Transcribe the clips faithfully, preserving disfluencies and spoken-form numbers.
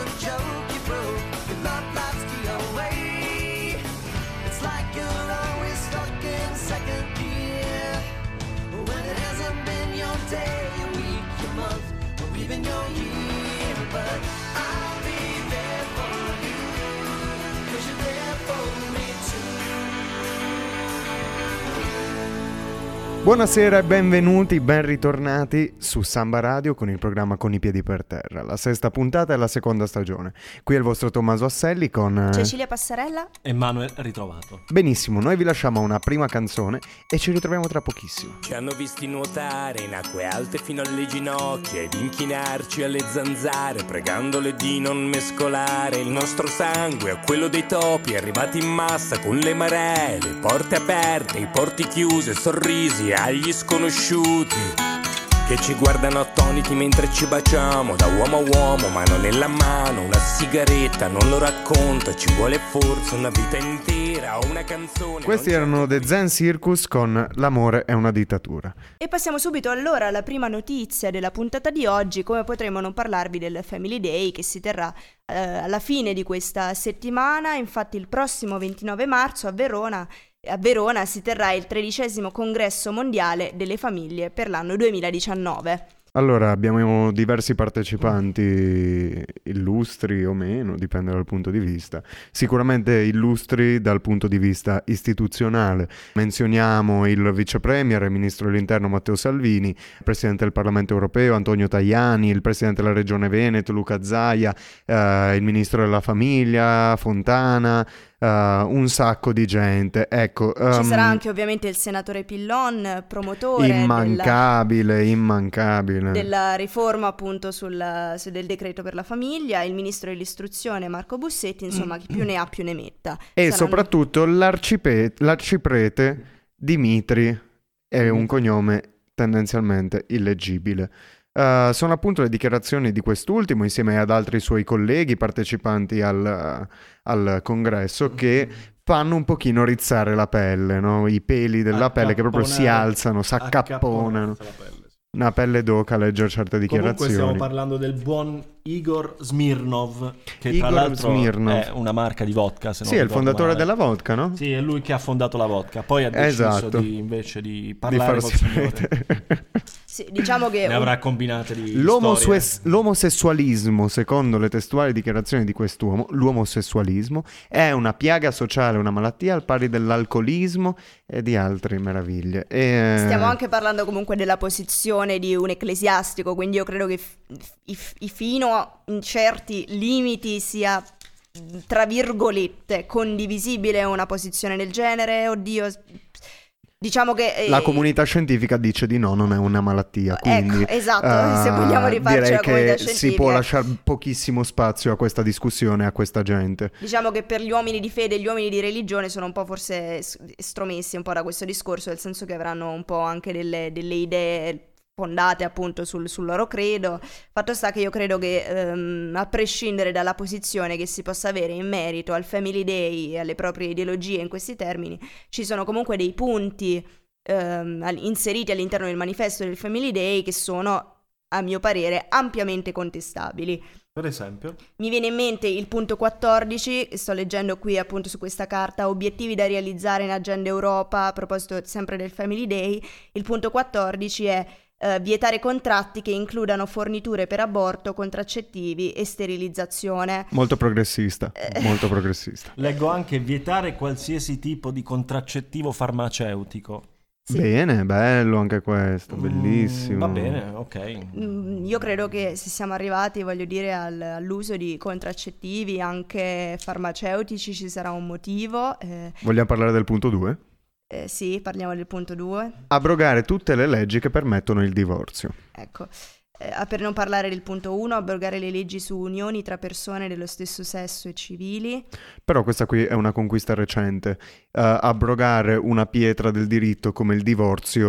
a joke you broke. Your love life's the away. It's like you're always stuck in second gear. When it hasn't been your day, your week, your month, or even your year. But I'll be there for you, 'cause you're there for me too. Buonasera e benvenuti, ben ritornati su Samba Radio con il programma Con i piedi per terra, la sesta puntata e la seconda stagione. Qui è il vostro Tommaso Asselli con Cecilia Passarella e Manuel Ritrovato. Benissimo, noi vi lasciamo una prima canzone e ci ritroviamo tra pochissimo. Ci hanno visti nuotare in acque alte fino alle ginocchia ed inchinarci alle zanzare, pregandole di non mescolare il nostro sangue a quello dei topi, arrivati in massa con le maree, le porte aperte, i porti chiusi, sorrisi agli sconosciuti che ci guardano attoniti mentre ci baciamo da uomo a uomo, mano nella mano, una sigaretta non lo racconta, ci vuole forse una vita intera o una canzone. Questi erano The Zen Circus con L'amore è una dittatura. e passiamo subito allora alla prima notizia della puntata di oggi. Come potremmo non parlarvi del Family Day che si terrà eh, alla fine di questa settimana. Infatti il prossimo ventinove marzo a Verona A Verona si terrà il tredicesimo congresso mondiale delle famiglie per l'anno duemiladiciannove. Allora, abbiamo diversi partecipanti illustri o meno, dipende dal punto di vista. Sicuramente illustri dal punto di vista istituzionale. Menzioniamo il vice premier e ministro dell'interno Matteo Salvini, il presidente del Parlamento europeo Antonio Tajani, il presidente della regione Veneto Luca Zaia, eh, il ministro della famiglia Fontana, Uh, un sacco di gente, ecco. Um, Ci sarà anche ovviamente il senatore Pillon, promotore immancabile, della, immancabile della riforma appunto sul, su, del decreto per la famiglia, il ministro dell'istruzione Marco Bussetti, insomma chi più ne ha più ne metta. E Saranno... soprattutto l'arcipe- l'arciprete Dimitri, è un cognome tendenzialmente illeggibile. Uh, sono appunto le dichiarazioni di quest'ultimo insieme ad altri suoi colleghi partecipanti al, al congresso che fanno un pochino rizzare la pelle, no? I peli della pelle che proprio si alzano, si accapponano. Una pelle d'oca a leggere certe dichiarazioni. Comunque stiamo parlando del buon Igor Smirnov, che Igor tra l'altro Smirnov. è una marca di vodka, se non Sì, è il ricordo fondatore male. della vodka, no? Sì, è lui che ha fondato la vodka. Poi ha deciso Esatto. di, invece di parlare di col farsi signore. Sì, diciamo che Ne avrà combinate di L'omosue- storie. L'omosessualismo, secondo le testuali dichiarazioni di quest'uomo, l'omosessualismo è una piaga sociale, una malattia al pari dell'alcolismo e di altre meraviglie. E... stiamo anche parlando comunque della posizione di un ecclesiastico, quindi io credo che f- f- f- fino in certi limiti sia, tra virgolette, condivisibile una posizione del genere. Oddio, diciamo che eh, la comunità scientifica dice di no, non è una malattia, quindi ecco, esatto, se vogliamo rifarci direi alla comunità che si scientifica. può lasciare pochissimo spazio a questa discussione, a questa gente. Diciamo che per gli uomini di fede e gli uomini di religione sono un po' forse es- estromessi un po' da questo discorso, nel senso che avranno un po' anche delle, delle idee fondate appunto sul, sul loro credo. Fatto sta che io credo che ehm, a prescindere dalla posizione che si possa avere in merito al Family Day e alle proprie ideologie in questi termini, ci sono comunque dei punti ehm, al- inseriti all'interno del manifesto del Family Day che sono, a mio parere, ampiamente contestabili. Per esempio, Mi viene in mente il punto quattordici, che sto leggendo qui appunto su questa carta, obiettivi da realizzare in Agenda Europa, a proposito sempre del Family Day. Il punto quattordici è eh, vietare contratti che includano forniture per aborto, contraccettivi e sterilizzazione. Molto progressista, molto progressista. leggo anche vietare qualsiasi tipo di contraccettivo farmaceutico. Sì. Bene, bello anche questo, bellissimo. Mm, va bene, ok. Mm, Io credo che se siamo arrivati, voglio dire, al- all'uso di contraccettivi anche farmaceutici ci sarà un motivo. Eh, Vogliamo parlare del punto due? eh, sì, parliamo del punto due. Abrogare tutte le leggi che permettono il divorzio. Ecco, eh, per non parlare del punto uno, abrogare le leggi su unioni tra persone dello stesso sesso e civili. Però questa qui è una conquista recente. Uh, abrogare una pietra del diritto come il divorzio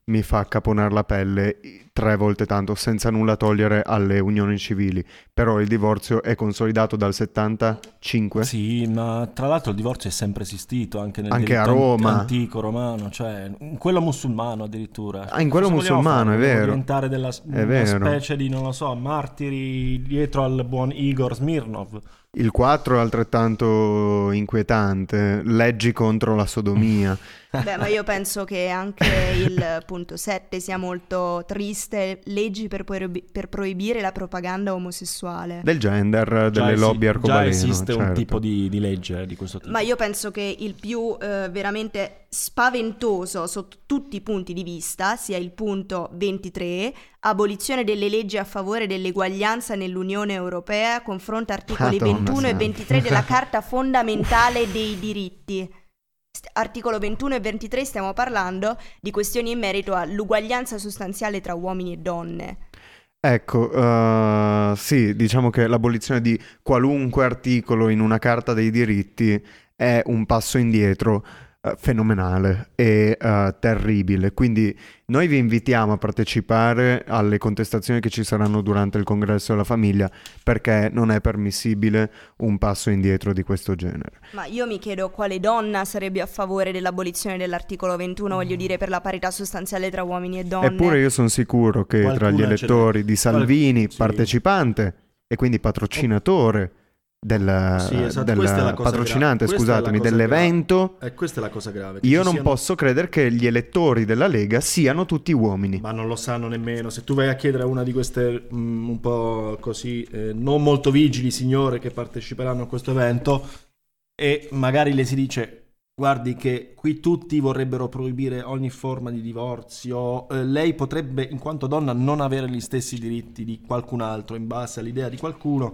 mi fa caponare la pelle tre volte tanto, senza nulla togliere alle unioni civili. Però il divorzio è consolidato dal settantacinque? Sì, ma tra l'altro il divorzio è sempre esistito anche nel Anche a diritto Roma. antico romano, cioè in quello musulmano addirittura. Ah, in quello Cosa vogliamo musulmano, fare? è Vogliamo vero. diventare della, È una vero. specie di, non lo so, martiri dietro al buon Igor Smirnov. Il quattro è altrettanto inquietante, leggi contro la sodomia. Beh, ma io penso che anche il punto sette sia molto triste, leggi per, proibi- per proibire la propaganda omosessuale. Del gender, Già delle esi- lobby arcobaleno. Già esiste un certo. tipo di, di legge di questo tipo. Ma io penso che il più eh, veramente spaventoso sotto tutti i punti di vista sia il punto ventitré, abolizione delle leggi a favore dell'eguaglianza nell'Unione Europea, confronta articoli Madonna ventuno e santa. ventitré della Carta fondamentale dei diritti. St- Articolo ventuno e ventitré, stiamo parlando di questioni in merito all'uguaglianza sostanziale tra uomini e donne. Ecco, uh, sì, diciamo che l'abolizione di qualunque articolo in una carta dei diritti è un passo indietro uh, fenomenale e uh, terribile. Quindi noi vi invitiamo a partecipare alle contestazioni che ci saranno durante il congresso della famiglia, perché non è permissibile un passo indietro di questo genere. Ma io mi chiedo quale donna sarebbe a favore dell'abolizione dell'articolo ventuno, voglio dire, per la parità sostanziale tra uomini e donne. Eppure io sono sicuro che tra Qualcuna gli ce elettori n'è. di Salvini, Qual- sì. partecipante e quindi patrocinatore del, Sì, esatto, del questa è la cosa patrocinante, grave. Questa è la scusatemi, cosa dell'evento, E questa è la cosa grave. che io ci non siano- posso credere che gli elettori della Lega siano tutti uomini. Ma non lo sanno nemmeno. Se tu vai a chiedere a una di queste mm, un po' così eh, non molto vigili signore che parteciperanno a questo evento e magari le si dice guardi che qui tutti vorrebbero proibire ogni forma di divorzio, eh, lei potrebbe in quanto donna non avere gli stessi diritti di qualcun altro in base all'idea di qualcuno.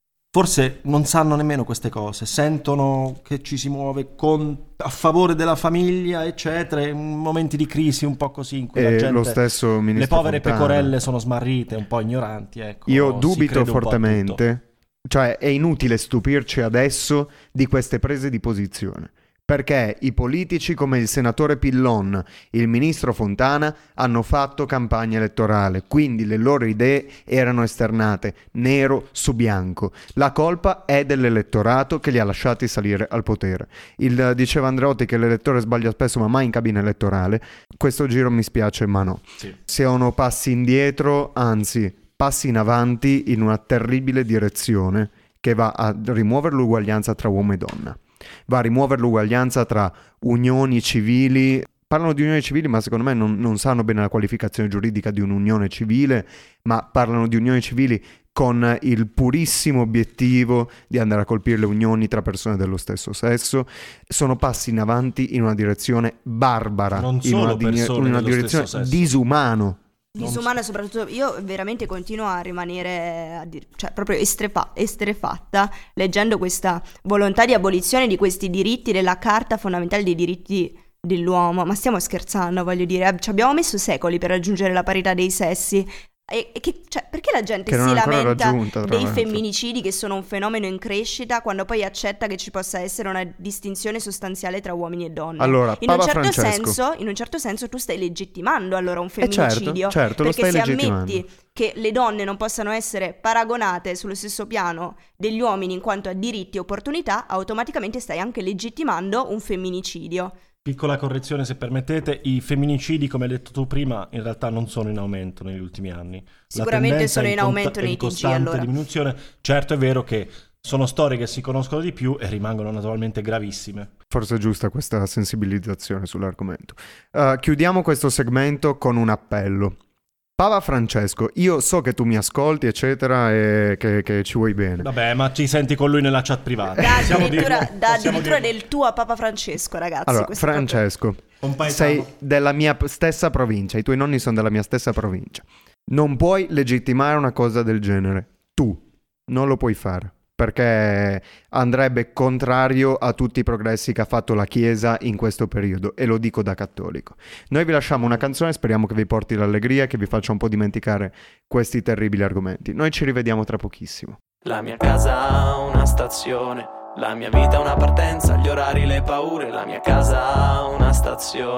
Forse non sanno nemmeno queste cose, sentono che ci si muove con, a favore della famiglia, eccetera, in momenti di crisi un po' così in cui la E gente, lo stesso ministro le povere Fontana. pecorelle sono smarrite, un po' ignoranti, ecco. Io si dubito crede un po' a tutto. fortemente, cioè è inutile stupirci adesso di queste prese di posizione, perché i politici come il senatore Pillon, il ministro Fontana hanno fatto campagna elettorale, quindi le loro idee erano esternate nero su bianco. La colpa è dell'elettorato che li ha lasciati salire al potere. Il, diceva Andreotti che l'elettore sbaglia spesso ma mai in cabina elettorale. Questo giro mi spiace ma no. Sì. Siano passi indietro, anzi passi in avanti in una terribile direzione che va a rimuovere l'uguaglianza tra uomo e donna. Va a rimuovere l'uguaglianza tra unioni civili. Parlano di unioni civili, ma secondo me non, non sanno bene la qualificazione giuridica di un'unione civile, ma parlano di unioni civili con il purissimo obiettivo di andare a colpire le unioni tra persone dello stesso sesso. Sono passi in avanti in una direzione barbara, Non in solo una, di- persone in una dello direzione stesso sesso. disumano. Disumana soprattutto, io veramente continuo a rimanere a dir- cioè proprio estrefa- esterefatta leggendo questa volontà di abolizione di questi diritti della Carta fondamentale dei diritti dell'uomo. Ma stiamo scherzando, voglio dire, ci abbiamo messo secoli per raggiungere la parità dei sessi. E, e che, cioè, perché la gente Che non si è ancora lamenta raggiunta, tra dei l'altro. femminicidi che sono un fenomeno in crescita quando poi accetta che ci possa essere una distinzione sostanziale tra uomini e donne? Allora, in un Papa certo Francesco. senso, in un certo senso tu stai legittimando allora un Eh certo, femminicidio, certo, lo perché stai se legittimando. ammetti che le donne non possano essere paragonate sullo stesso piano degli uomini in quanto a diritti e opportunità, automaticamente stai anche legittimando un femminicidio. Piccola correzione se permettete, i femminicidi come hai detto tu prima in realtà non sono in aumento negli ultimi anni. Sicuramente La tendenza sono è in conta- aumento è nei in T G, costante allora. diminuzione. Certo è vero che sono storie che si conoscono di più e rimangono naturalmente gravissime. Forse è giusta questa sensibilizzazione sull'argomento. Uh, chiudiamo questo segmento con un appello. Papa Francesco, io so che tu mi ascolti, eccetera, e che, che ci vuoi bene. Vabbè, ma ci senti con lui nella chat privata. Da Possiamo addirittura, dirlo? da Possiamo addirittura dirlo? del tuo a Papa Francesco, ragazzi. Allora, questo è proprio- Francesco, Compaesano. sei della mia p- stessa provincia, i tuoi nonni sono della mia stessa provincia. Non puoi legittimare una cosa del genere. Tu non lo puoi fare, perché andrebbe contrario a tutti i progressi che ha fatto la Chiesa in questo periodo, e lo dico da cattolico. Noi vi lasciamo una canzone, speriamo che vi porti l'allegria, che vi faccia un po' dimenticare questi terribili argomenti. Noi ci rivediamo tra pochissimo. La mia casa ha una stazione, la mia vita una partenza, gli orari, le paure, la mia casa ha una stazione.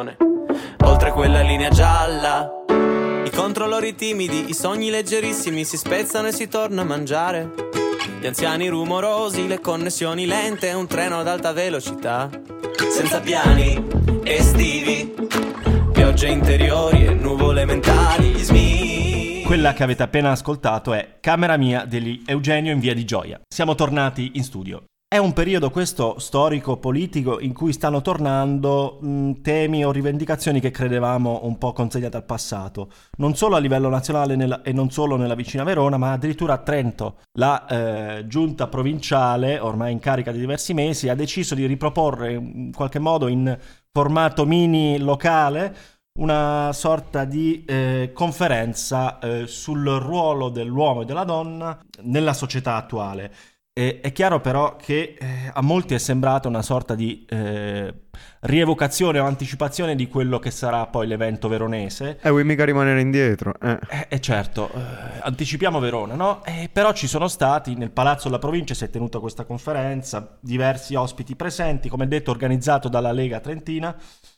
oltre quella linea gialla. I controllori timidi, i sogni leggerissimi si spezzano e si torna a mangiare. Gli anziani rumorosi, le connessioni lente, un treno ad alta velocità. Senza piani estivi, piogge interiori e nuvole mentali. Smi. Quella che avete appena ascoltato è Camera Mia degli Eugenio in Via di Gioia. Siamo tornati in studio. È un periodo questo storico-politico in cui stanno tornando mh, temi o rivendicazioni che credevamo un po' consegnate al passato, non solo a livello nazionale nella, e non solo nella vicina Verona, ma addirittura a Trento. La eh, giunta provinciale, ormai in carica di diversi mesi, ha deciso di riproporre in qualche modo in formato mini locale una sorta di eh, conferenza eh, sul ruolo dell'uomo e della donna nella società attuale. E, è chiaro però che eh, a molti è sembrata una sorta di eh, rievocazione o anticipazione di quello che sarà poi l'evento veronese. E eh, vuoi mica rimanere indietro? Eh, eh, eh certo, eh, anticipiamo Verona, no? Eh, però ci sono stati, nel Palazzo della Provincia si è tenuta questa conferenza, diversi ospiti presenti, come detto organizzato dalla Lega Trentina.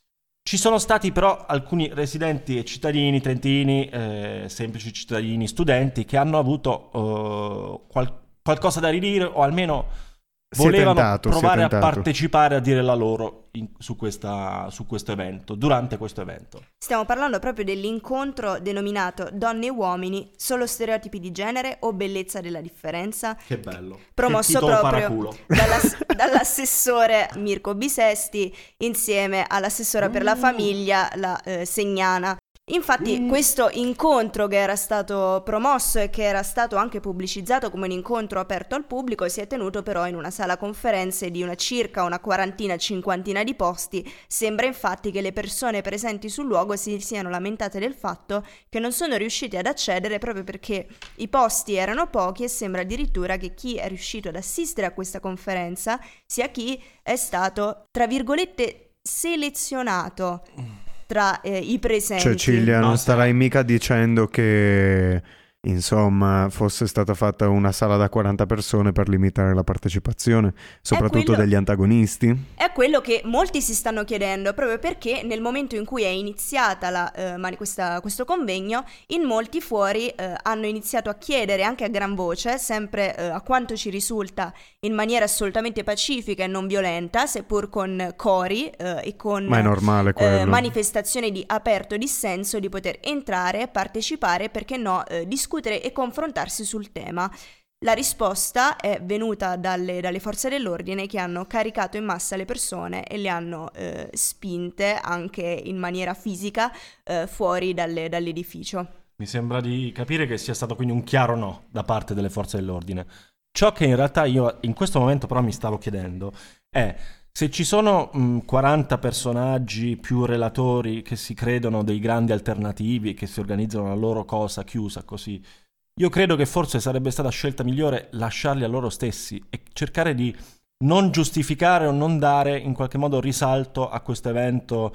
Ci sono stati però alcuni residenti e cittadini trentini, eh, semplici cittadini, studenti, che hanno avuto uh, qual- qualcosa da ridire o almeno si volevano tentato, provare a partecipare, a dire la loro in, su, questa, su questo evento, durante questo evento. Stiamo parlando proprio dell'incontro denominato Donne e uomini, solo stereotipi di genere o bellezza della differenza? Che bello. Promosso che proprio dall'ass- dall'assessore Mirko Bisesti insieme all'assessora per la famiglia, la eh, Segnana. Infatti mm. questo incontro che era stato promosso e che era stato anche pubblicizzato come un incontro aperto al pubblico si è tenuto però in una sala conferenze di una circa una quarantina, cinquantina di posti. Sembra infatti che le persone presenti sul luogo si siano lamentate del fatto che non sono riusciti ad accedere proprio perché i posti erano pochi e sembra addirittura che chi è riuscito ad assistere a questa conferenza sia chi è stato, tra virgolette, selezionato tra eh, i presenti. Cecilia, non No, starai mica dicendo che insomma fosse stata fatta una sala da quaranta persone per limitare la partecipazione, soprattutto quello... degli antagonisti? È quello che molti si stanno chiedendo, proprio perché nel momento in cui è iniziata la, eh, mani- questa, questo convegno, in molti fuori eh, hanno iniziato a chiedere anche a gran voce, sempre eh, a quanto ci risulta in maniera assolutamente pacifica e non violenta, seppur con cori eh, e con Ma è normale quello. eh, manifestazioni di aperto dissenso, di poter entrare, partecipare, perché no, eh, discutere e confrontarsi sul tema. La risposta è venuta dalle, dalle forze dell'ordine che hanno caricato in massa le persone e le hanno eh, spinte anche in maniera fisica eh, fuori dalle, dall'edificio. Mi sembra di capire che sia stato quindi un chiaro no da parte delle forze dell'ordine. Ciò che in realtà io in questo momento però mi stavo chiedendo è se ci sono mh, quaranta personaggi più relatori che si credono dei grandi alternativi e che si organizzano la loro cosa chiusa così, io credo che forse sarebbe stata scelta migliore lasciarli a loro stessi e cercare di non giustificare o non dare in qualche modo risalto a questo evento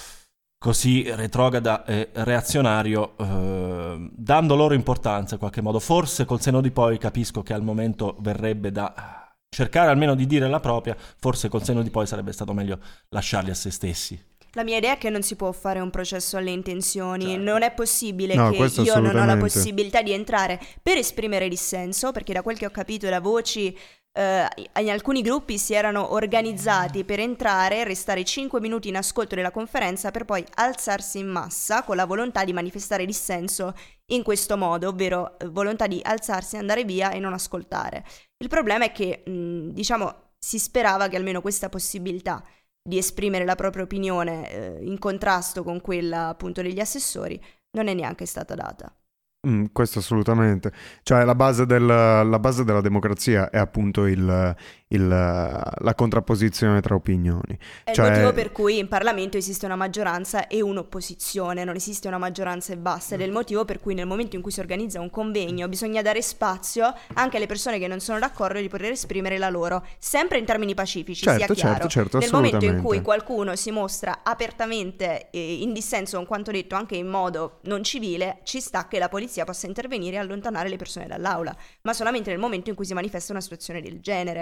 così retrograda e reazionario, eh, dando loro importanza in qualche modo. Forse col senno di poi capisco che al momento verrebbe da cercare almeno di dire la propria, forse col senno di poi sarebbe stato meglio lasciarli a se stessi. La mia idea è che non si può fare un processo alle intenzioni, Certo. non è possibile No, che questo io non ho la assolutamente. possibilità di entrare per esprimere dissenso, perché da quel che ho capito da voci eh, in alcuni gruppi si erano organizzati per entrare, restare cinque minuti in ascolto della conferenza per poi alzarsi in massa con la volontà di manifestare dissenso in questo modo, ovvero eh, volontà di alzarsi, andare via e non ascoltare. Il problema è che, mh, diciamo, si sperava che almeno questa possibilità di esprimere la propria opinione eh, in contrasto con quella appunto degli assessori non è neanche stata data. Mm, questo assolutamente. Cioè la base, del, la base della democrazia è appunto il, il, la contrapposizione tra opinioni. È Cioè- il motivo per cui in Parlamento esiste una maggioranza e un'opposizione, non esiste una maggioranza e basta, ed è il motivo per cui nel momento in cui si organizza un convegno bisogna dare spazio anche alle persone che non sono d'accordo di poter esprimere la loro, sempre in termini pacifici, Certo, sia certo, chiaro. certo, Nel momento in assolutamente. cui qualcuno si mostra apertamente eh, in dissenso con quanto detto anche in modo non civile, ci sta che la polizia possa intervenire e allontanare le persone dall'aula, ma solamente nel momento in cui si manifesta una situazione del genere.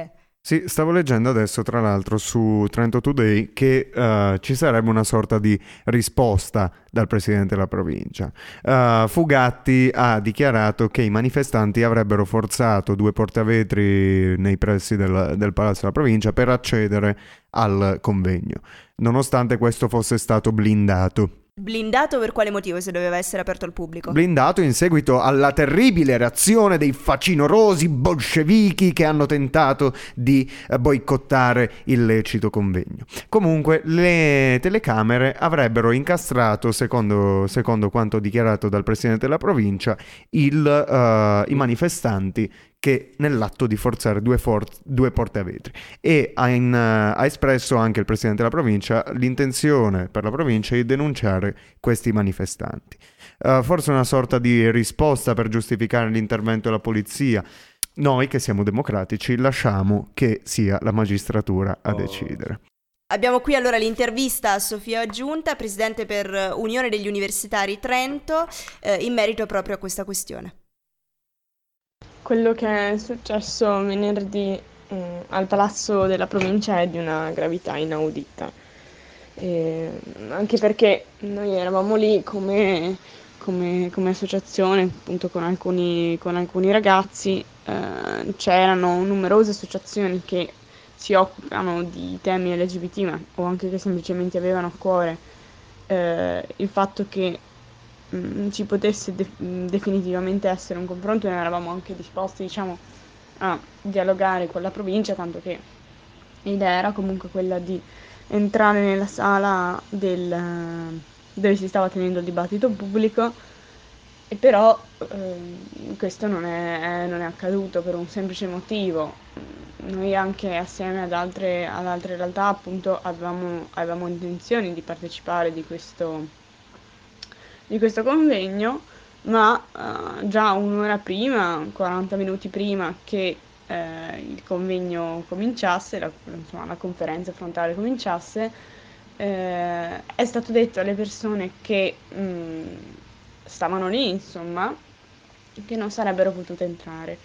Sì, stavo leggendo adesso tra l'altro su Trento Today che eh, ci sarebbe una sorta di risposta dal presidente della provincia. Eh, Fugatti ha dichiarato che i manifestanti avrebbero forzato due portavetri nei pressi del, del Palazzo della Provincia per accedere al convegno, nonostante questo fosse stato blindato. Blindato per quale motivo, se doveva essere aperto al pubblico? Blindato in seguito alla terribile reazione dei facinorosi bolscevichi che hanno tentato di eh, boicottare il lecito convegno. Comunque le telecamere avrebbero incastrato, secondo, secondo quanto dichiarato dal presidente della provincia, il, uh, i manifestanti che nell'atto di forzare due, for- due portavetri, e ha, in, uh, ha espresso anche il presidente della provincia l'intenzione per la provincia di denunciare questi manifestanti. Uh, forse una sorta di risposta per giustificare l'intervento della polizia. Noi che siamo democratici lasciamo che sia la magistratura a Oh. decidere. Abbiamo qui allora l'intervista a Sofia Giunta, presidente per Unione degli Universitari Trento, eh, in merito proprio a questa questione. Quello che è successo venerdì eh, al Palazzo della Provincia è di una gravità inaudita. E anche perché noi eravamo lì come, come, come associazione, appunto con alcuni, con alcuni ragazzi, eh, c'erano numerose associazioni che si occupano di temi L G B T, ma o anche che semplicemente avevano a cuore eh, il fatto che mh, ci potesse de- mh, definitivamente essere un confronto, e noi eravamo anche disposti, diciamo, a dialogare con la provincia, tanto che l'idea era comunque quella di entrare nella sala del, dove si stava tenendo il dibattito pubblico, e però ehm, questo non è, non è accaduto per un semplice motivo. Noi anche assieme ad altre, ad altre realtà appunto avevamo, avevamo intenzione di partecipare di questo, di questo convegno, ma eh, già un'ora prima, quaranta minuti prima che eh, il convegno cominciasse, la, insomma, la conferenza frontale cominciasse, eh, è stato detto alle persone che mh, stavano lì, insomma, che non sarebbero potute entrare.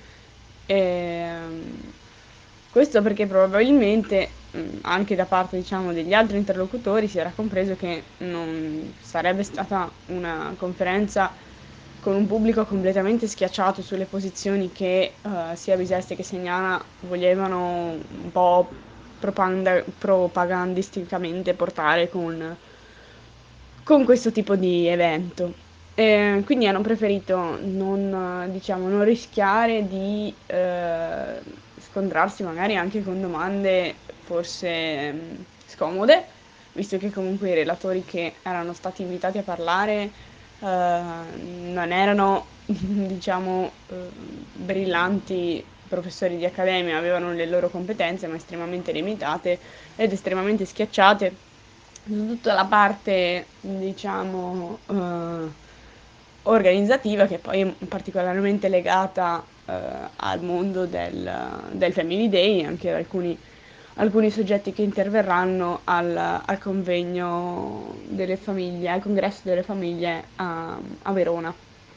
Ehm, questo perché probabilmente mh, anche da parte, diciamo, degli altri interlocutori si era compreso che non sarebbe stata una conferenza con un pubblico completamente schiacciato sulle posizioni che eh, sia Bisesti che Segnana volevano un po' propaganda- propagandisticamente portare con, con questo tipo di evento. E quindi hanno preferito non, eh, diciamo, non rischiare di eh, scontrarsi magari anche con domande forse mh, scomode, visto che comunque i relatori che erano stati invitati a parlare eh, non erano, diciamo, eh, brillanti professori di accademia, avevano le loro competenze, ma estremamente limitate ed estremamente schiacciate su tutta la parte, diciamo, eh, organizzativa, che poi è particolarmente legata eh, al mondo del, del Family Day, anche ad alcuni, alcuni soggetti che interverranno al, al convegno delle famiglie, al congresso delle famiglie a, a Verona.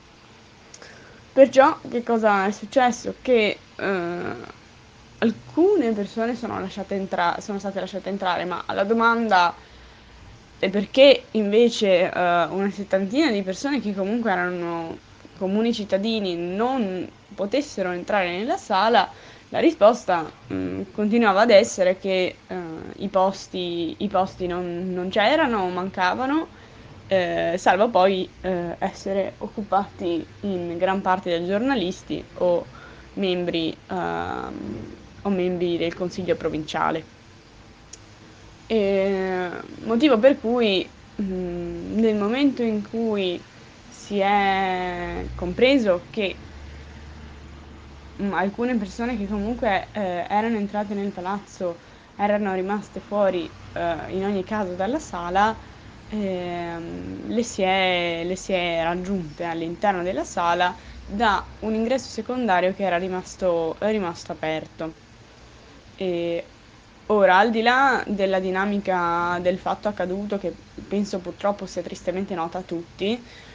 Perciò che cosa è successo? Che eh, alcune persone sono, lasciate entra- sono state lasciate entrare, ma alla domanda e perché invece eh, una settantina di persone che comunque erano comuni cittadini non potessero entrare nella sala, la risposta mh, continuava ad essere che eh, i posti, i posti non, non c'erano, mancavano, eh, salvo poi eh, essere occupati in gran parte da giornalisti o membri, ehm, o membri del Consiglio provinciale. E motivo per cui mh, nel momento in cui si è compreso che mh, alcune persone che comunque eh, erano entrate nel palazzo erano rimaste fuori eh, in ogni caso dalla sala, ehm, le si è, le si è raggiunte all'interno della sala da un ingresso secondario che era rimasto, è rimasto aperto. E ora, al di là della dinamica del fatto accaduto, che penso purtroppo sia tristemente nota a tutti,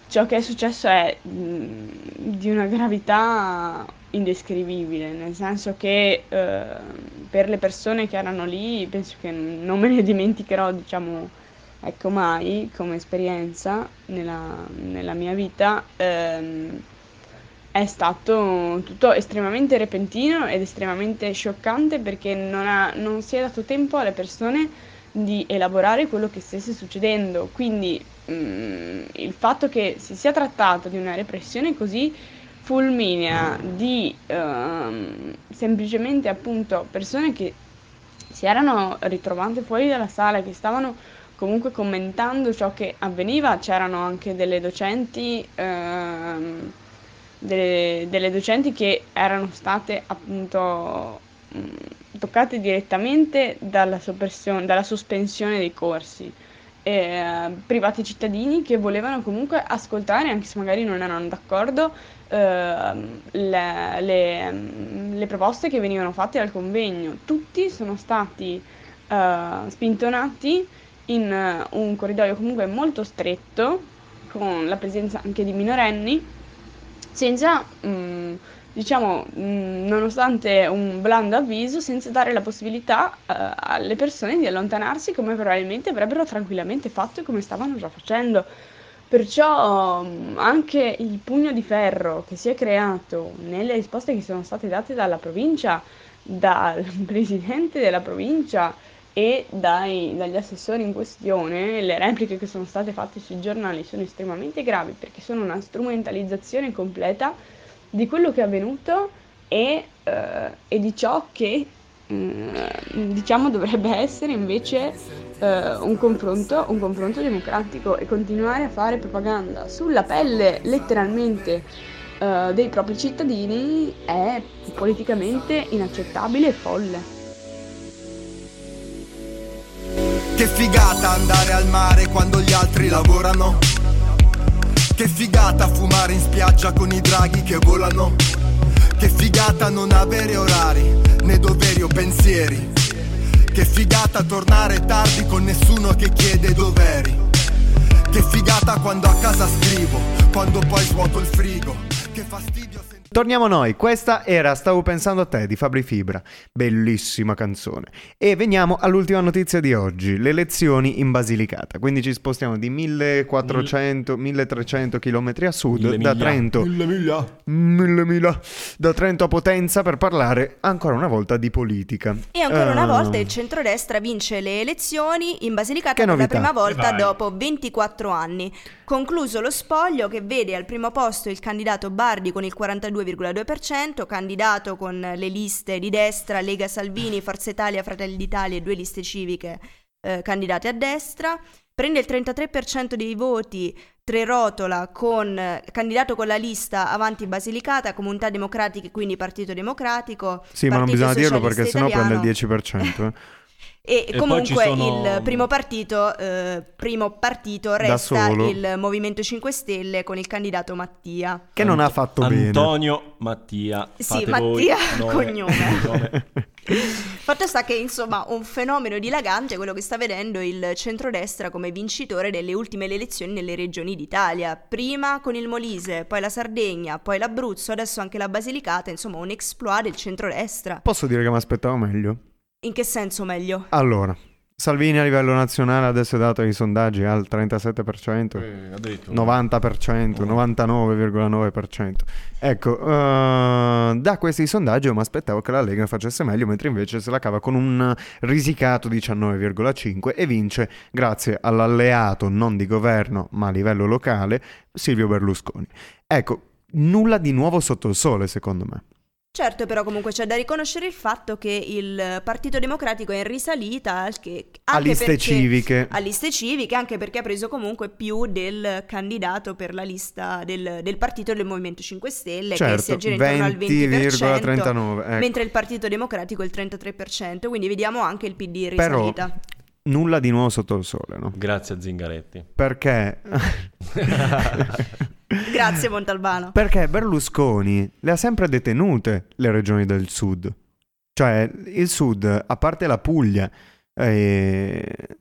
ciò che è successo è mh, di una gravità indescrivibile, nel senso che eh, per le persone che erano lì penso che non me ne dimenticherò, diciamo, ecco, mai come esperienza nella, nella mia vita. ehm, È stato tutto estremamente repentino ed estremamente scioccante, perché non, ha- non si è dato tempo alle persone di elaborare quello che stesse succedendo. Quindi mm, il fatto che si sia trattato di una repressione così fulminea, di ehm, semplicemente appunto persone che si erano ritrovate fuori dalla sala, che stavano comunque commentando ciò che avveniva. C'erano anche delle docenti, ehm, delle, delle docenti che erano state appunto mh, toccate direttamente dalla soppressione, dalla sospensione dei corsi. E, privati cittadini che volevano comunque ascoltare, anche se magari non erano d'accordo, ehm, le, le, mm, le proposte che venivano fatte dal convegno. Tutti sono stati eh, spintonati in eh, un corridoio comunque molto stretto, con la presenza anche di minorenni, senza, mh, diciamo, mh, nonostante un blando avviso, senza dare la possibilità eh, alle persone di allontanarsi, come probabilmente avrebbero tranquillamente fatto e come stavano già facendo. Perciò mh, anche il pugno di ferro che si è creato nelle risposte che sono state date dalla provincia, dal presidente della provincia e dai- dagli assessori in questione, le repliche che sono state fatte sui giornali sono estremamente gravi, perché sono una strumentalizzazione completa di quello che è avvenuto e, eh, e di ciò che mm, diciamo dovrebbe essere invece eh, un confronto, un confronto democratico. E continuare a fare propaganda sulla pelle letteralmente eh, dei propri cittadini è politicamente inaccettabile e folle. Che figata andare al mare quando gli altri lavorano. Che figata fumare in spiaggia con i draghi che volano. Che figata non avere orari, né doveri o pensieri. Che figata tornare tardi con nessuno che chiede dov'eri. Che figata quando a casa scrivo, quando poi svuoto il frigo. Che fastidio. Torniamo noi, questa era Stavo pensando a te di Fabri Fibra, bellissima canzone. E veniamo all'ultima notizia di oggi, le elezioni in Basilicata. Quindi ci spostiamo di millequattrocento milletrecento chilometri a sud, Mille da miglia. Trento, Mille miglia. mille miglia, da Trento a Potenza, per parlare ancora una volta di politica. E ancora una Eh, volta il centrodestra vince le elezioni in Basilicata Che per novità. la prima volta E vai. dopo ventiquattro anni. Concluso lo spoglio, che vede al primo posto il candidato Bardi con il quarantadue virgola due per cento, candidato con le liste di destra, Lega Salvini, Forza Italia, Fratelli d'Italia e due liste civiche eh, candidate a destra. Prende il trentatré per cento dei voti Trerotola, con eh, candidato con la lista Avanti Basilicata, Comunità Democratiche, quindi Partito Democratico. Sì, ma non Partito bisogna dirlo Socialista perché sennò prende il Italiano. dieci per cento. eh. E, E comunque poi ci sono- il primo partito, eh, primo partito Da resta solo. il Movimento cinque Stelle con il candidato Mattia. Che non ha fatto bene. Antonio Mattia. Sì, Fate voi Mattia, nome, cognome. cognome. Fatto sta che insomma un fenomeno dilagante è quello che sta vedendo il centrodestra come vincitore delle ultime elezioni nelle regioni d'Italia. Prima con il Molise, poi la Sardegna, poi l'Abruzzo, adesso anche la Basilicata, insomma un exploit del centrodestra. Posso dire che mi aspettavo meglio? In che senso meglio? Allora, Salvini a livello nazionale adesso è dato ai sondaggi al trentasette per cento, Eh, addirittura. novanta per cento, novantanove virgola nove per cento. Ecco, eh, da questi sondaggi io mi aspettavo che la Lega facesse meglio, mentre invece se la cava con un risicato diciannove virgola cinque e vince grazie all'alleato non di governo ma a livello locale, Silvio Berlusconi. Ecco, nulla di nuovo sotto il sole secondo me. Certo, però comunque c'è da riconoscere il fatto che il Partito Democratico è in risalita anche, A anche liste perché- civiche. a liste civiche, anche perché ha preso comunque più del candidato per la lista del, del partito del Movimento cinque Stelle, che si Certo, aggira intorno al venti venti per virgola cento, trentanove, ecco. mentre il Partito Democratico il trentatré per cento, quindi vediamo anche il P D in Però risalita. nulla di nuovo sotto il sole, no? Grazie a Zingaretti. Perché? Grazie Montalbano. Perché Berlusconi le ha sempre detenute le regioni del sud. Cioè, il sud, a parte la Puglia, eh,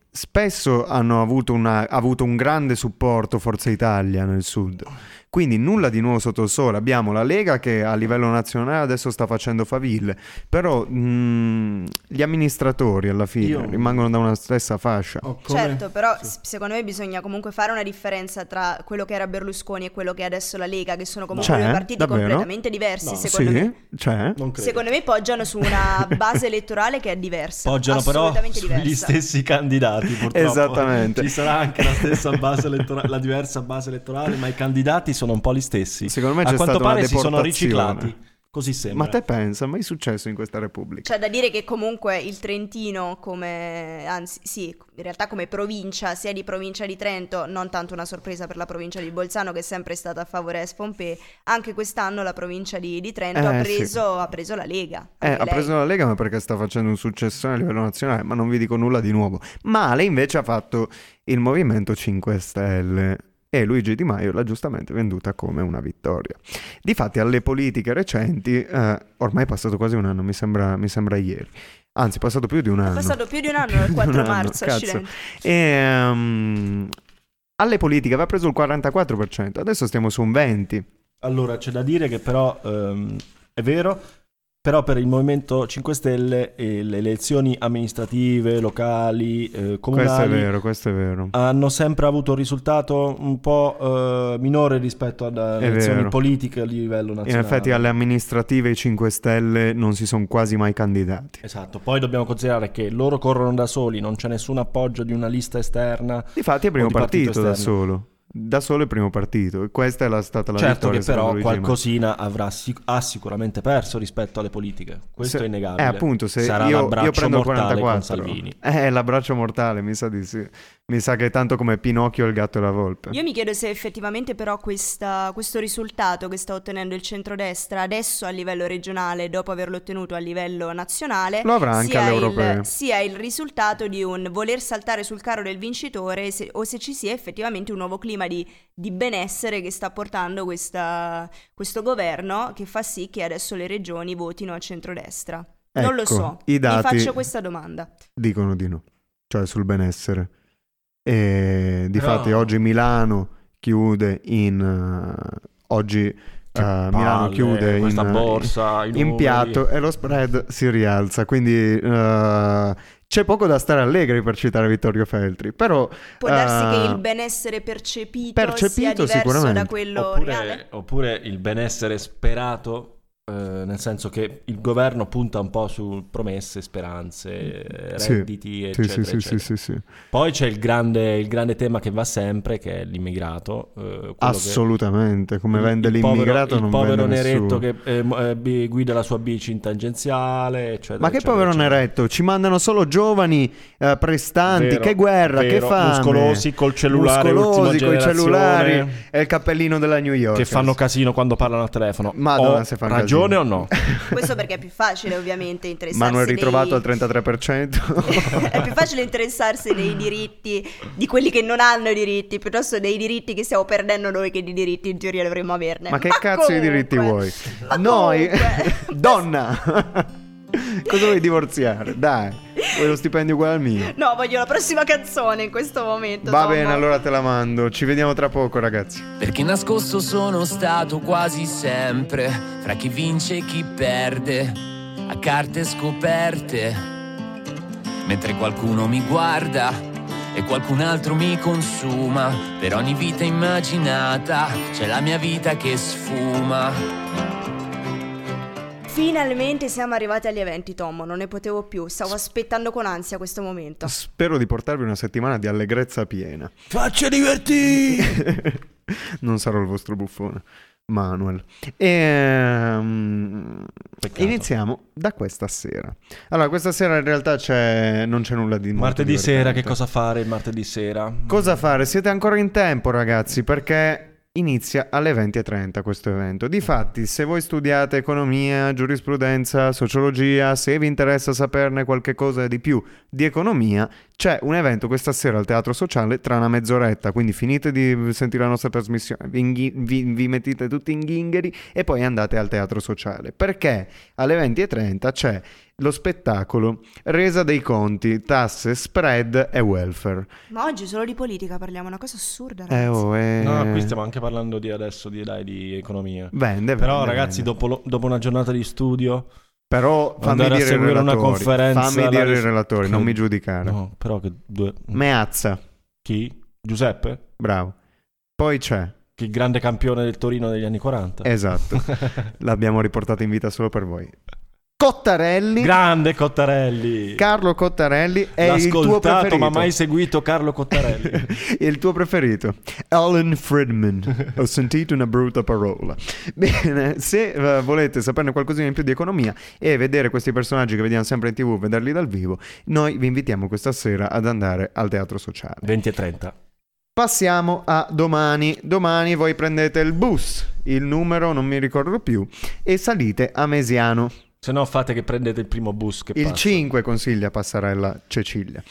spesso hanno avuto, una, avuto un grande supporto Forza Italia nel sud. Quindi nulla di nuovo sotto il sole. Abbiamo la Lega che a livello nazionale adesso sta facendo faville, però mh, gli amministratori alla fine Io... rimangono da una stessa fascia. Oh, come... Certo, però Sì. s- secondo me bisogna comunque fare una differenza tra quello che era Berlusconi e quello che è adesso la Lega, che sono comunque C'è? due partiti Davvero? completamente diversi, No. secondo Sì, me. c'è. Non credo. Secondo me poggiano su una base elettorale che è diversa. Poggiano però assolutamente sugli diversa. stessi candidati, purtroppo. Esattamente. Ci sarà anche la stessa base elettorale, la diversa base elettorale, ma i candidati sono un po' gli stessi. Secondo me A c'è quanto stata una pare si sono deportazione. riciclati. Così sembra. Ma te pensa, mai successo in questa Repubblica? C'è da dire che comunque il Trentino come, anzi sì, in realtà come provincia, sia di provincia di Trento, non tanto una sorpresa per la provincia di Bolzano che è sempre stata a favore S Pompei, anche quest'anno la provincia di, di Trento Eh, ha, sì. preso, ha preso la Lega. Eh, anche ha lei. preso la Lega ma perché sta facendo un successone a livello nazionale, ma non vi dico nulla di nuovo. Male invece ha fatto il Movimento cinque Stelle. E Luigi Di Maio l'ha giustamente venduta come una vittoria. Difatti alle politiche recenti, eh, ormai è passato quasi un anno, mi sembra, mi sembra ieri, anzi è passato più di un anno. È passato più di un anno, Più il di quattro un anno, marzo, cazzo. accidenti. E, um, alle politiche aveva preso il quarantaquattro per cento, adesso stiamo su un venti per cento. Allora, c'è da dire che però ehm, è vero, però per il Movimento cinque Stelle eh, le elezioni amministrative, locali, eh, comunali Questo è vero, questo è vero. hanno sempre avuto un risultato un po' eh, minore rispetto alle È elezioni vero. politiche a livello In nazionale. effetti alle amministrative i cinque Stelle non si sono quasi mai candidati. Esatto, poi dobbiamo considerare che loro corrono da soli, non c'è nessun appoggio di una lista esterna. Difatti è primo o di partito partito da esterno. solo. Da solo il primo partito. E questa è la, stata la Certo vittoria. che però secondo Luigi Di Maio. qualcosina avrà sic- ha sicuramente perso rispetto alle politiche. Questo Se- è innegabile. Eh, appunto, se Sarà io, l'abbraccio io prendo il mortale quarantaquattro. con Salvini. Eh, l'abbraccio mortale, mi sa di sì. Mi sa che è tanto come Pinocchio e il gatto e la volpe. Io mi chiedo se effettivamente però questa- questo risultato che sta ottenendo il centrodestra adesso a livello regionale, dopo averlo ottenuto a livello nazionale, Lo avrà anche sia alle il, europee. sia il risultato di un voler saltare sul carro del vincitore se- o se ci sia effettivamente un nuovo clima di, di benessere che sta portando questa- questo governo, che fa sì che adesso le regioni votino a centrodestra. Non lo Ecco, so, i dati- mi faccio questa domanda. Dicono di no. Cioè sul benessere. E difatti Però- oggi Milano chiude in... eh, oggi eh, Milano palle, chiude questa in, borsa, i in numeri. piatto e lo spread si rialza. Quindi eh, c'è poco da stare allegri per citare Vittorio Feltri. Però Può darsi eh, che il benessere percepito, percepito sia diverso sicuramente. da quello reale? Oppure, oppure il benessere sperato, eh, nel senso che il governo punta un po' su promesse, speranze, Sì, redditi, sì, eccetera, sì, sì, eccetera. sì, sì, sì. Poi c'è il grande, il grande tema che va sempre, che è l'immigrato. eh, quello che- Assolutamente, come il- vende il l'immigrato povero, non il povero vende neretto nessuno. che eh, mo- eh, bi- guida la sua bici in tangenziale, eccetera. Ma che eccetera, povero eccetera. neretto, ci mandano solo giovani eh, prestanti, Vero, che guerra, vero, che fame. muscolosi, col cellulare muscolosi, ultima coi generazione, cellulari e il cappellino della New York. che fanno casino quando parlano al telefono. Madonna, Ho se fanno ragione casino. o no? Questo perché è più facile ovviamente interessarsi Manuel ritrovato dei... al trentatré per cento. È più facile interessarsi dei diritti di quelli che non hanno diritti piuttosto dei diritti che stiamo perdendo noi, che di diritti in teoria dovremmo averne. Ma che cazzo di diritti vuoi? Ma Noi, comunque. donna, cosa vuoi divorziare? Dai, vuoi lo stipendio uguale al mio? No, voglio la prossima canzone in questo momento. Va Tommo. bene, allora te la mando. Ci vediamo tra poco, ragazzi. Perché nascosto sono stato quasi sempre fra chi vince e chi perde, a carte scoperte, mentre qualcuno mi guarda e qualcun altro mi consuma. Per ogni vita immaginata c'è la mia vita che sfuma. Finalmente siamo arrivati agli eventi, Tommo, non ne potevo più, stavo aspettando con ansia questo momento. Spero di portarvi una settimana di allegrezza piena. Faccia divertire! Non sarò il vostro buffone, Manuel. E Peccato. iniziamo da questa sera. Allora, questa sera in realtà c'è non c'è nulla di molto Martedì sera, divertente. che cosa fare il martedì sera? Cosa fare? Siete ancora in tempo, ragazzi, perché inizia alle venti e trenta questo evento. Difatti, se voi studiate economia, giurisprudenza, sociologia, se vi interessa saperne qualche cosa di più di economia, c'è un evento questa sera al Teatro Sociale tra una mezz'oretta, quindi finite di sentire la nostra trasmissione, vi, inghi- vi, vi mettete tutti in ghingheri e poi andate al Teatro Sociale, perché alle venti e trenta c'è lo spettacolo, resa dei conti, tasse, spread e welfare. Ma oggi solo di politica parliamo, una cosa assurda, Eh, ragazzi. oh, eh. No, qui stiamo anche parlando di adesso di, dai, di economia. Vende, Però vende, ragazzi, vende. dopo, lo- dopo una giornata di studio... Però fammi andare a dire i seguire una relatori. conferenza Fammi alla dire i ris- relatori, non che- mi giudicare. No, però che due... Meazza, Chi? Giuseppe? bravo. Poi c'è, Che il grande campione del Torino degli anni quaranta. esatto, l'abbiamo riportato in vita solo per voi. Cottarelli, Grande Cottarelli. Carlo Cottarelli è L'ha il tuo ascoltato preferito. ma mai seguito Carlo Cottarelli. Il tuo preferito, Alan Friedman. Ho sentito una brutta parola. Bene, se eh, volete saperne qualcosina in più di economia e vedere questi personaggi che vediamo sempre in tv, vederli dal vivo, noi vi invitiamo questa sera ad andare al Teatro Sociale. venti e trenta. Passiamo a domani. Domani voi prendete il bus, il numero non mi ricordo più, e salite a Mesiano. Se no fate che prendete il primo bus che Il passa. cinque consiglia Passarella Cecilia.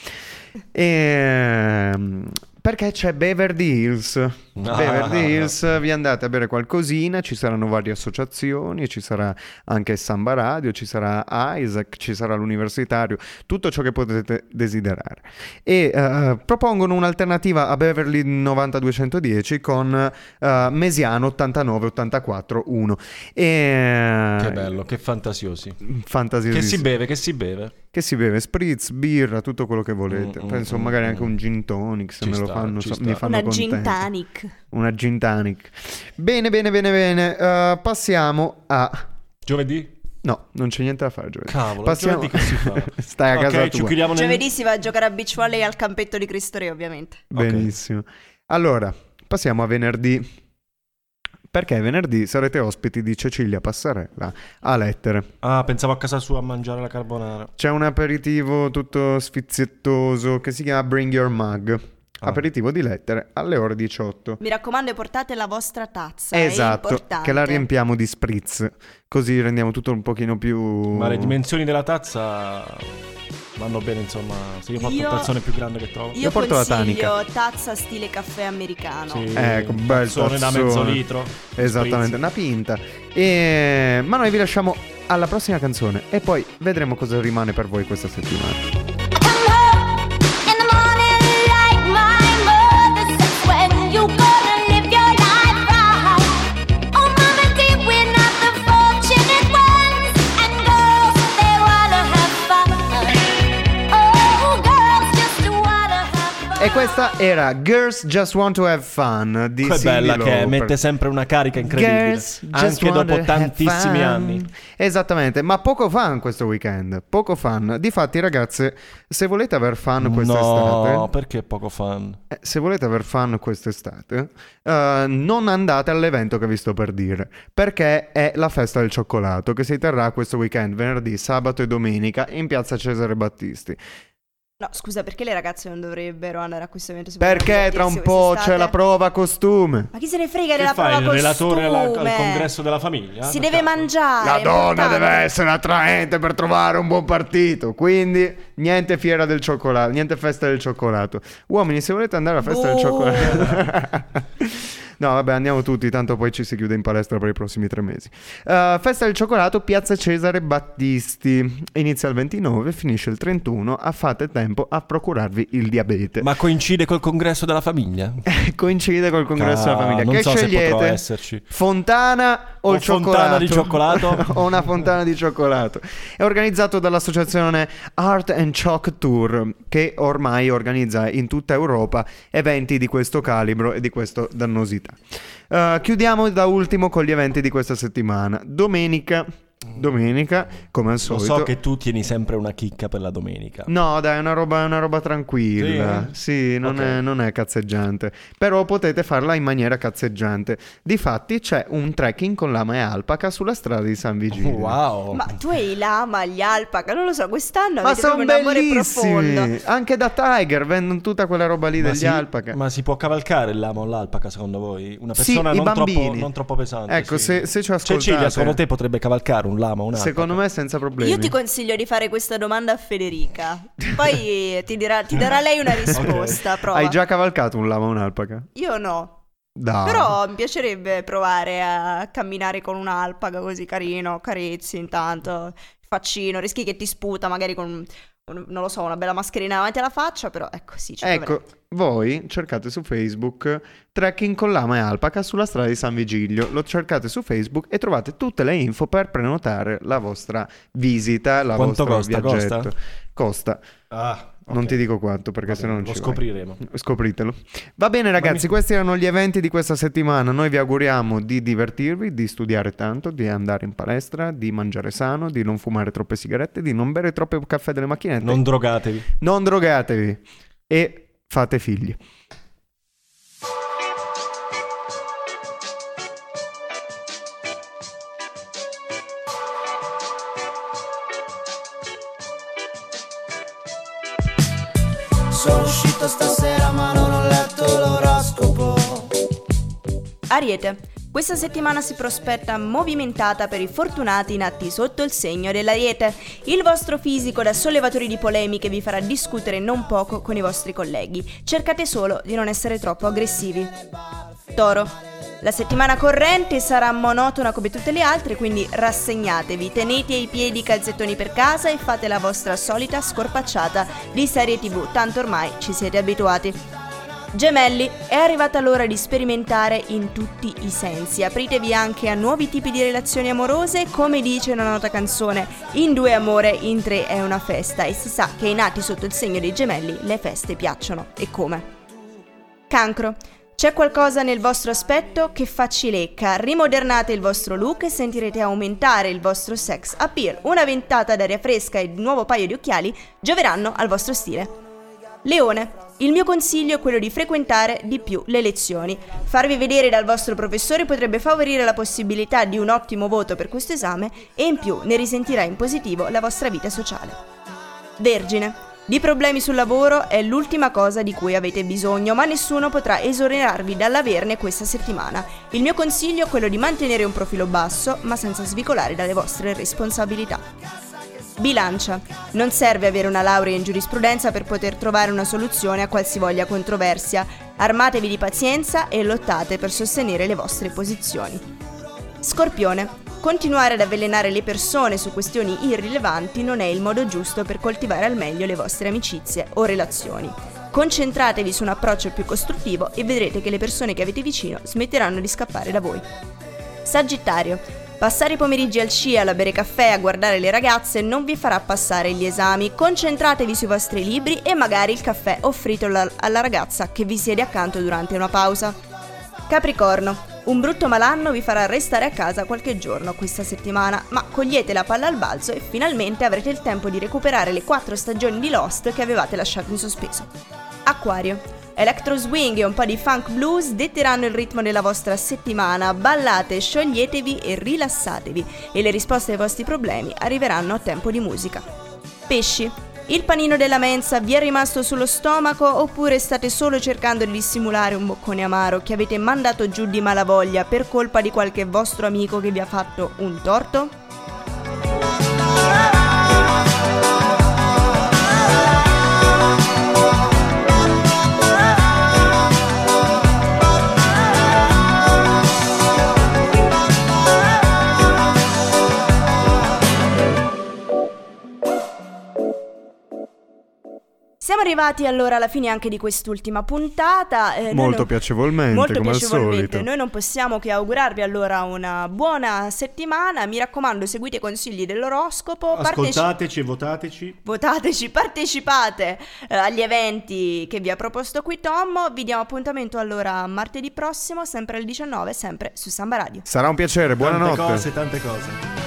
E, perché c'è Beverly Hills. Ah. Beverly Hills, vi andate a bere qualcosina, ci saranno varie associazioni, ci sarà anche Samba Radio, ci sarà Isaac, ci sarà l'universitario, tutto ciò che potete desiderare. E eh, propongono un'alternativa a Beverly novantaduecentodieci con eh, Mesiano ottantanove ottantaquattro uno. E, Che bello, che fantasiosi. Fantasiosissimo. Che si beve, che si beve. Che si beve spritz, birra, tutto quello che volete. Mm, mm, Penso mm, magari mm. anche un gin tonic, se Ci me lo sta, fanno, ci so- sta. mi fanno Una gin contento. tonic. Una gin tonic. Bene, bene, bene, bene. Uh, passiamo a... Giovedì? No, non c'è niente da fare giovedì. Cavolo, Passiamo... giovedì che si fa? Stai a Ok, casa ci tua. chiudiamo nel... Giovedì si va a giocare a beach volley al campetto di Cristo Re, ovviamente. Benissimo. Allora, passiamo a venerdì. Perché venerdì sarete ospiti di Cecilia Passarella a Lettere. Ah, pensavo a casa sua a mangiare la carbonara. C'è un aperitivo tutto sfiziettoso che si chiama Bring Your Mug. Ah. Aperitivo di Lettere alle ore diciotto. Mi raccomando, portate la vostra tazza. Esatto, è importante. che la riempiamo di spritz, così rendiamo tutto un pochino più... Ma le dimensioni della tazza vanno bene, insomma. Se io faccio Io- il tazzone più grande che trovo. Io, Io porto la consiglio tazza stile caffè americano. Sì, Ecco, un bel tazzone da tazzone. mezzo litro. Esattamente, Spritz. una pinta. E... Ma noi vi lasciamo alla prossima canzone e poi vedremo cosa rimane per voi questa settimana. E questa era Girls Just Want to Have Fun di Che Cyndi bella che è, Lauper. mette sempre una carica incredibile. Girls just Anche want dopo to have tantissimi fun. anni. Esattamente, ma poco fun questo weekend. Poco fun. Difatti, ragazze, se volete aver fun quest'estate, No, perché poco fan? eh, se volete aver fun quest'estate, eh, non andate all'evento che vi sto per dire, perché è la festa del cioccolato che si terrà questo weekend, venerdì, sabato e domenica, in piazza Cesare Battisti. No, scusa, perché le ragazze non dovrebbero andare a questo evento? se Perché vogliono tra un divertirsi po' quest'estate? c'è la prova costume. Ma chi se ne frega Che della fai, prova il costume? relatore alla- al congresso della famiglia? Si Per deve caso? mangiare. La è donna importante. deve essere attraente per trovare un buon partito. Quindi niente fiera del cioccolato, niente festa del cioccolato. Uomini, se volete andare alla festa del Boh. cioccolato. No, vabbè, andiamo tutti, tanto poi ci si chiude in palestra per i prossimi tre mesi. Uh, festa del cioccolato, piazza Cesare Battisti. Inizia il ventinove, finisce il trentuno. A fate tempo a procurarvi il diabete. Ma coincide col congresso della famiglia? Coincide col congresso della Ah, famiglia. non Che so se scegliete? potrò esserci. Fontana o, O il fontana cioccolato? di cioccolato? O una fontana di cioccolato. È organizzato dall'associazione Art and Chalk Tour, che ormai organizza in tutta Europa eventi di questo calibro e di questa dannosità. Uh, chiudiamo da ultimo con gli eventi di questa settimana. Domenica, domenica, come al Lo solito. so che tu tieni sempre una chicca per la domenica. No, dai, è una roba, è una roba tranquilla. Sì, non, Ok. è, non è cazzeggiante. Però potete farla in maniera cazzeggiante. Difatti c'è un trekking con lama e alpaca sulla strada di San Vigilio. Wow. Ma tu hai i lama, gli alpaca, non lo so, quest'anno Ma avete sono proprio un amore bellissimi! profondo. Anche da Tiger vendono tutta quella roba lì Ma degli si, alpaca. ma si può cavalcare il lama o l'alpaca secondo voi? Una Sì, persona i non, troppo, bambini. non troppo pesante. Ecco, sì. se, se ci ascoltate, Cecilia, secondo te potrebbe cavalcare un lama o un'alpaca? secondo me senza problemi. Io ti consiglio di fare questa domanda a Federica. Poi ti, dirà, ti darà lei una risposta. Prova. Hai già cavalcato un lama o un'alpaca? Io no. Dai. Però mi piacerebbe provare a camminare con un'alpaca così carino, carezzi intanto. faccino, rischi che ti sputa magari con, un, non lo so, una bella mascherina davanti alla faccia, però ecco sì, ci Ecco, proverete. voi cercate su Facebook Trekking con Lama e Alpaca sulla strada di San Vigilio, lo cercate su Facebook e trovate tutte le info per prenotare la vostra visita, la Quanto vostra costa? viaggetto. Costa? Ah, Non ok. ti dico quanto perché Vabbè, se no non lo ci scopriremo. vai. Scopritelo. Va bene ragazzi, mi- questi erano gli eventi di questa settimana. Noi vi auguriamo di divertirvi, di studiare tanto, di andare in palestra, di mangiare sano, di non fumare troppe sigarette, di non bere troppo caffè delle macchinette. Non drogatevi. Non drogatevi e fate figli. Sono uscito stasera ma non ho letto l'oroscopo. Ariete, questa settimana si prospetta movimentata per i fortunati nati sotto il segno dell'Ariete. Il vostro fisico da sollevatori di polemiche vi farà discutere non poco con i vostri colleghi. Cercate solo di non essere troppo aggressivi. Toro, la settimana corrente sarà monotona come tutte le altre, quindi rassegnatevi, tenete ai piedi i calzettoni per casa e fate la vostra solita scorpacciata di serie tv, tanto ormai ci siete abituati. Gemelli, è arrivata l'ora di sperimentare in tutti i sensi. Apritevi anche a nuovi tipi di relazioni amorose, come dice una nota canzone: in due amore, in tre è una festa, e si sa che ai nati sotto il segno dei gemelli le feste piacciono, e come. Cancro, c'è qualcosa nel vostro aspetto che fa cilecca. Rimodernate il vostro look e sentirete aumentare il vostro sex appeal. Una ventata d'aria fresca e un nuovo paio di occhiali gioveranno al vostro stile. Leone, il mio consiglio è quello di frequentare di più le lezioni. Farvi vedere dal vostro professore potrebbe favorire la possibilità di un ottimo voto per questo esame e in più ne risentirà in positivo la vostra vita sociale. Vergine, di problemi sul lavoro è l'ultima cosa di cui avete bisogno, ma nessuno potrà esonerarvi dall'averne questa settimana. Il mio consiglio è quello di mantenere un profilo basso, ma senza svicolare dalle vostre responsabilità. Bilancia, non serve avere una laurea in giurisprudenza per poter trovare una soluzione a qualsivoglia controversia. Armatevi di pazienza e lottate per sostenere le vostre posizioni. Scorpione, continuare ad avvelenare le persone su questioni irrilevanti non è il modo giusto per coltivare al meglio le vostre amicizie o relazioni. Concentratevi su un approccio più costruttivo e vedrete che le persone che avete vicino smetteranno di scappare da voi. Sagittario, passare i pomeriggi al scia, a bere caffè, a guardare le ragazze non vi farà passare gli esami. Concentratevi sui vostri libri e magari il caffè offritelo alla ragazza che vi siede accanto durante una pausa. Capricorno, un brutto malanno vi farà restare a casa qualche giorno questa settimana, ma cogliete la palla al balzo e finalmente avrete il tempo di recuperare le quattro stagioni di Lost che avevate lasciato in sospeso. Acquario, electro swing e un po' di funk blues detteranno il ritmo della vostra settimana. Ballate, scioglietevi e rilassatevi e le risposte ai vostri problemi arriveranno a tempo di musica. Pesci, il panino della mensa vi è rimasto sullo stomaco oppure state solo cercando di dissimulare un boccone amaro che avete mandato giù di malavoglia per colpa di qualche vostro amico che vi ha fatto un torto? Siamo arrivati allora alla fine anche di quest'ultima puntata. Eh, Molto non... piacevolmente, Molto come piacevolmente. al solito. Noi non possiamo che augurarvi allora una buona settimana. Mi raccomando, seguite i consigli dell'oroscopo. Ascoltateci e votateci. Votateci, partecipate eh, agli eventi che vi ha proposto qui Tommo. Vi diamo appuntamento allora martedì prossimo, sempre alle diciannove, sempre su Samba Radio. Sarà un piacere, buonanotte. Tante cose, tante cose.